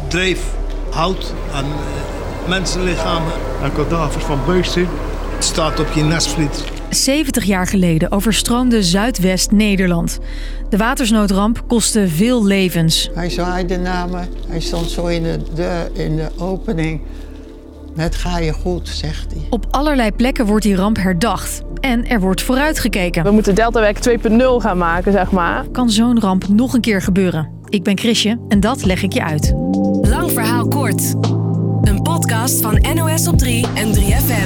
dreef hout aan mensenlichamen. En kadavers van beesten. Het staat op je nesvliet. 70 jaar geleden overstroomde Zuidwest-Nederland. De watersnoodramp kostte veel levens. Hij zwaaide naar me. Hij stond zo in de opening. Het ga je goed, zegt hij. Op allerlei plekken wordt die ramp herdacht. En er wordt vooruitgekeken. We moeten Deltawerk 2.0 gaan maken, zeg maar. Kan zo'n ramp nog een keer gebeuren? Ik ben Chrisje en dat leg ik je uit. Lang verhaal kort. Een podcast van NOS op 3 en 3FM.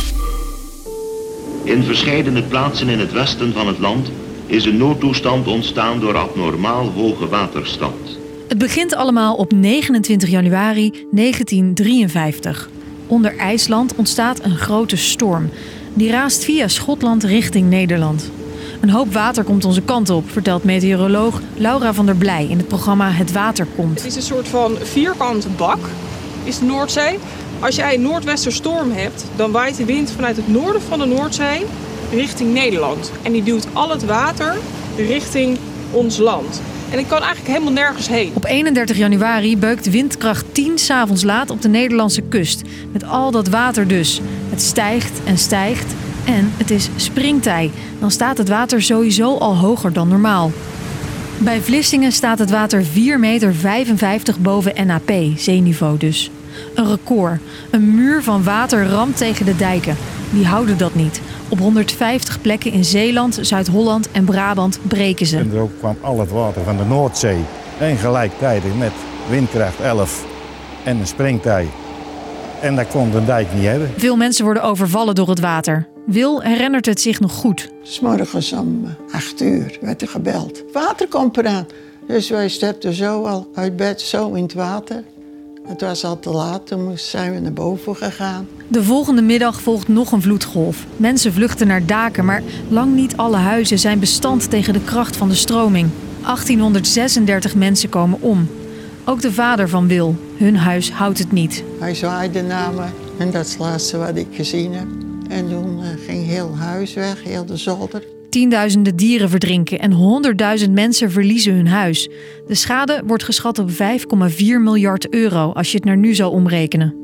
In verscheidene plaatsen in het westen van het land is een noodtoestand ontstaan door abnormaal hoge waterstand. Het begint allemaal op 29 januari 1953. Onder IJsland ontstaat een grote storm. Die raast via Schotland richting Nederland. Een hoop water komt onze kant op, vertelt meteoroloog Laura van der Blij in het programma Het Water Komt. Het is een soort van vierkante bak, is de Noordzee. Als jij een noordwesterstorm hebt, dan waait de wind vanuit het noorden van de Noordzee richting Nederland. En die duwt al het water richting ons land. En ik kan eigenlijk helemaal nergens heen. Op 31 januari beukt windkracht 10 's avonds laat op de Nederlandse kust. Met al dat water dus. Het stijgt en stijgt en het is springtij. Dan staat het water sowieso al hoger dan normaal. Bij Vlissingen staat het water 4,55 meter boven NAP, zeeniveau dus. Een record. Een muur van water ramt tegen de dijken. Die houden dat niet. Op 150 plekken in Zeeland, Zuid-Holland en Brabant breken ze. En er ook kwam al het water van de Noordzee. En gelijktijdig met windkracht 11 en een springtij. En dat kon de dijk niet hebben. Veel mensen worden overvallen door het water. Wil herinnert het zich nog goed. 's Morgens om 8 uur werd er gebeld. Het water komt eraan. Dus wij stapten zo al uit bed, zo in het water. Het was al te laat, toen zijn we naar boven gegaan. De volgende middag volgt nog een vloedgolf. Mensen vluchten naar daken, maar lang niet alle huizen zijn bestand tegen de kracht van de stroming. 1836 mensen komen om. Ook de vader van Wil. Hun huis houdt het niet. Hij zwaaide naar me en dat is het laatste wat ik gezien heb. En toen ging heel huis weg, heel de zolder. Tienduizenden dieren verdrinken en 100.000 mensen verliezen hun huis. De schade wordt geschat op 5,4 miljard euro als je het naar nu zou omrekenen.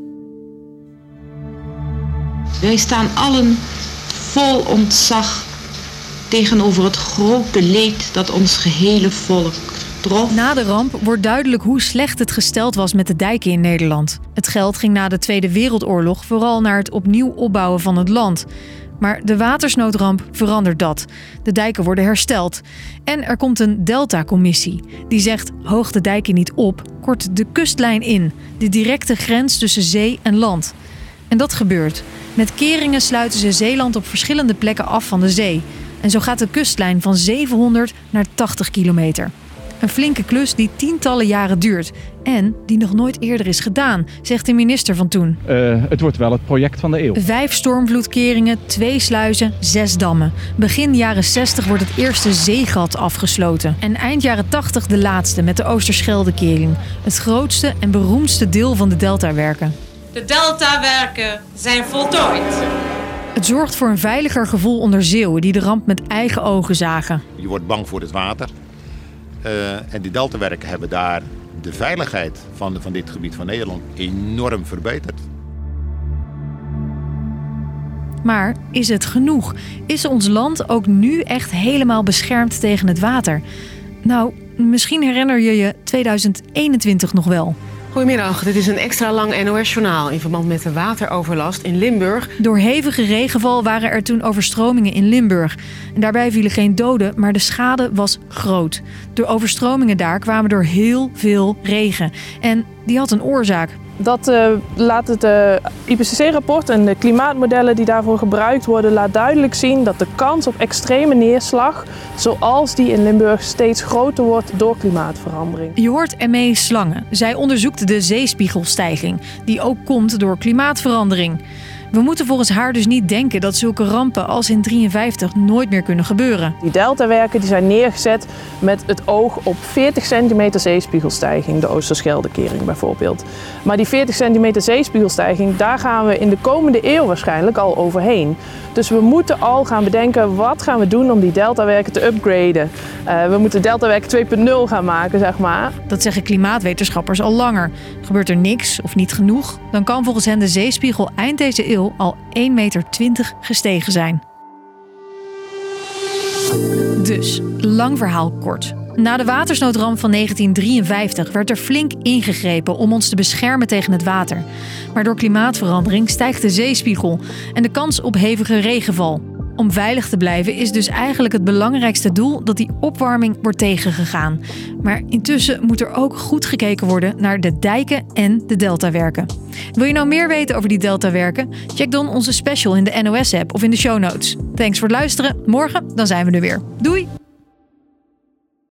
Wij staan allen vol ontzag tegenover het grote leed dat ons gehele volk trof. Na de ramp wordt duidelijk hoe slecht het gesteld was met de dijken in Nederland. Het geld ging na de Tweede Wereldoorlog vooral naar het opnieuw opbouwen van het land. Maar de watersnoodramp verandert dat. De dijken worden hersteld. En er komt een Delta-commissie. Die zegt, hoog de dijken niet op, kort de kustlijn in. De directe grens tussen zee en land. En dat gebeurt. Met keringen sluiten ze Zeeland op verschillende plekken af van de zee. En zo gaat de kustlijn van 700 naar 80 kilometer. Een flinke klus die tientallen jaren duurt. En die nog nooit eerder is gedaan, zegt de minister van toen. Het wordt wel het project van de eeuw. 5 stormvloedkeringen, 2 sluizen, 6 dammen. Begin jaren 60 wordt het eerste zeegat afgesloten. En eind jaren 80 de laatste met de Oosterscheldekering. Het grootste en beroemdste deel van de Deltawerken. De Deltawerken zijn voltooid. Het zorgt voor een veiliger gevoel onder Zeeuwen die de ramp met eigen ogen zagen. Je wordt bang voor het water. En die Deltawerken hebben daar de veiligheid van dit gebied van Nederland enorm verbeterd. Maar is het genoeg? Is ons land ook nu echt helemaal beschermd tegen het water? Nou, misschien herinner je je 2021 nog wel. Goedemiddag, dit is een extra lang NOS-journaal in verband met de wateroverlast in Limburg. Door hevige regenval waren er toen overstromingen in Limburg. En daarbij vielen geen doden, maar de schade was groot. De overstromingen daar kwamen door heel veel regen. En die had een oorzaak. Dat laat het IPCC-rapport en de klimaatmodellen die daarvoor gebruikt worden, laat duidelijk zien dat de kans op extreme neerslag, zoals die in Limburg, steeds groter wordt door klimaatverandering. Je hoort M.E. Slangen. Zij onderzoekt de zeespiegelstijging, die ook komt door klimaatverandering. We moeten volgens haar dus niet denken dat zulke rampen als in 1953 nooit meer kunnen gebeuren. Die deltawerken die zijn neergezet met het oog op 40 centimeter zeespiegelstijging, de Oosterscheldekering bijvoorbeeld. Maar die 40 centimeter zeespiegelstijging, daar gaan we in de komende eeuw waarschijnlijk al overheen. Dus we moeten al gaan bedenken, wat gaan we doen om die deltawerken te upgraden. We moeten deltawerk 2.0 gaan maken, zeg maar. Dat zeggen klimaatwetenschappers al langer. Gebeurt er niks of niet genoeg, dan kan volgens hen de zeespiegel eind deze eeuw al 1,20 meter gestegen zijn. Dus, lang verhaal kort. Na de watersnoodramp van 1953 werd er flink ingegrepen om ons te beschermen tegen het water. Maar door klimaatverandering stijgt de zeespiegel en de kans op hevige regenval. Om veilig te blijven is dus eigenlijk het belangrijkste doel dat die opwarming wordt tegengegaan. Maar intussen moet er ook goed gekeken worden naar de dijken en de deltawerken. Wil je nou meer weten over die deltawerken? Check dan onze special in de NOS-app of in de show notes. Thanks voor het luisteren. Morgen dan zijn we er weer. Doei!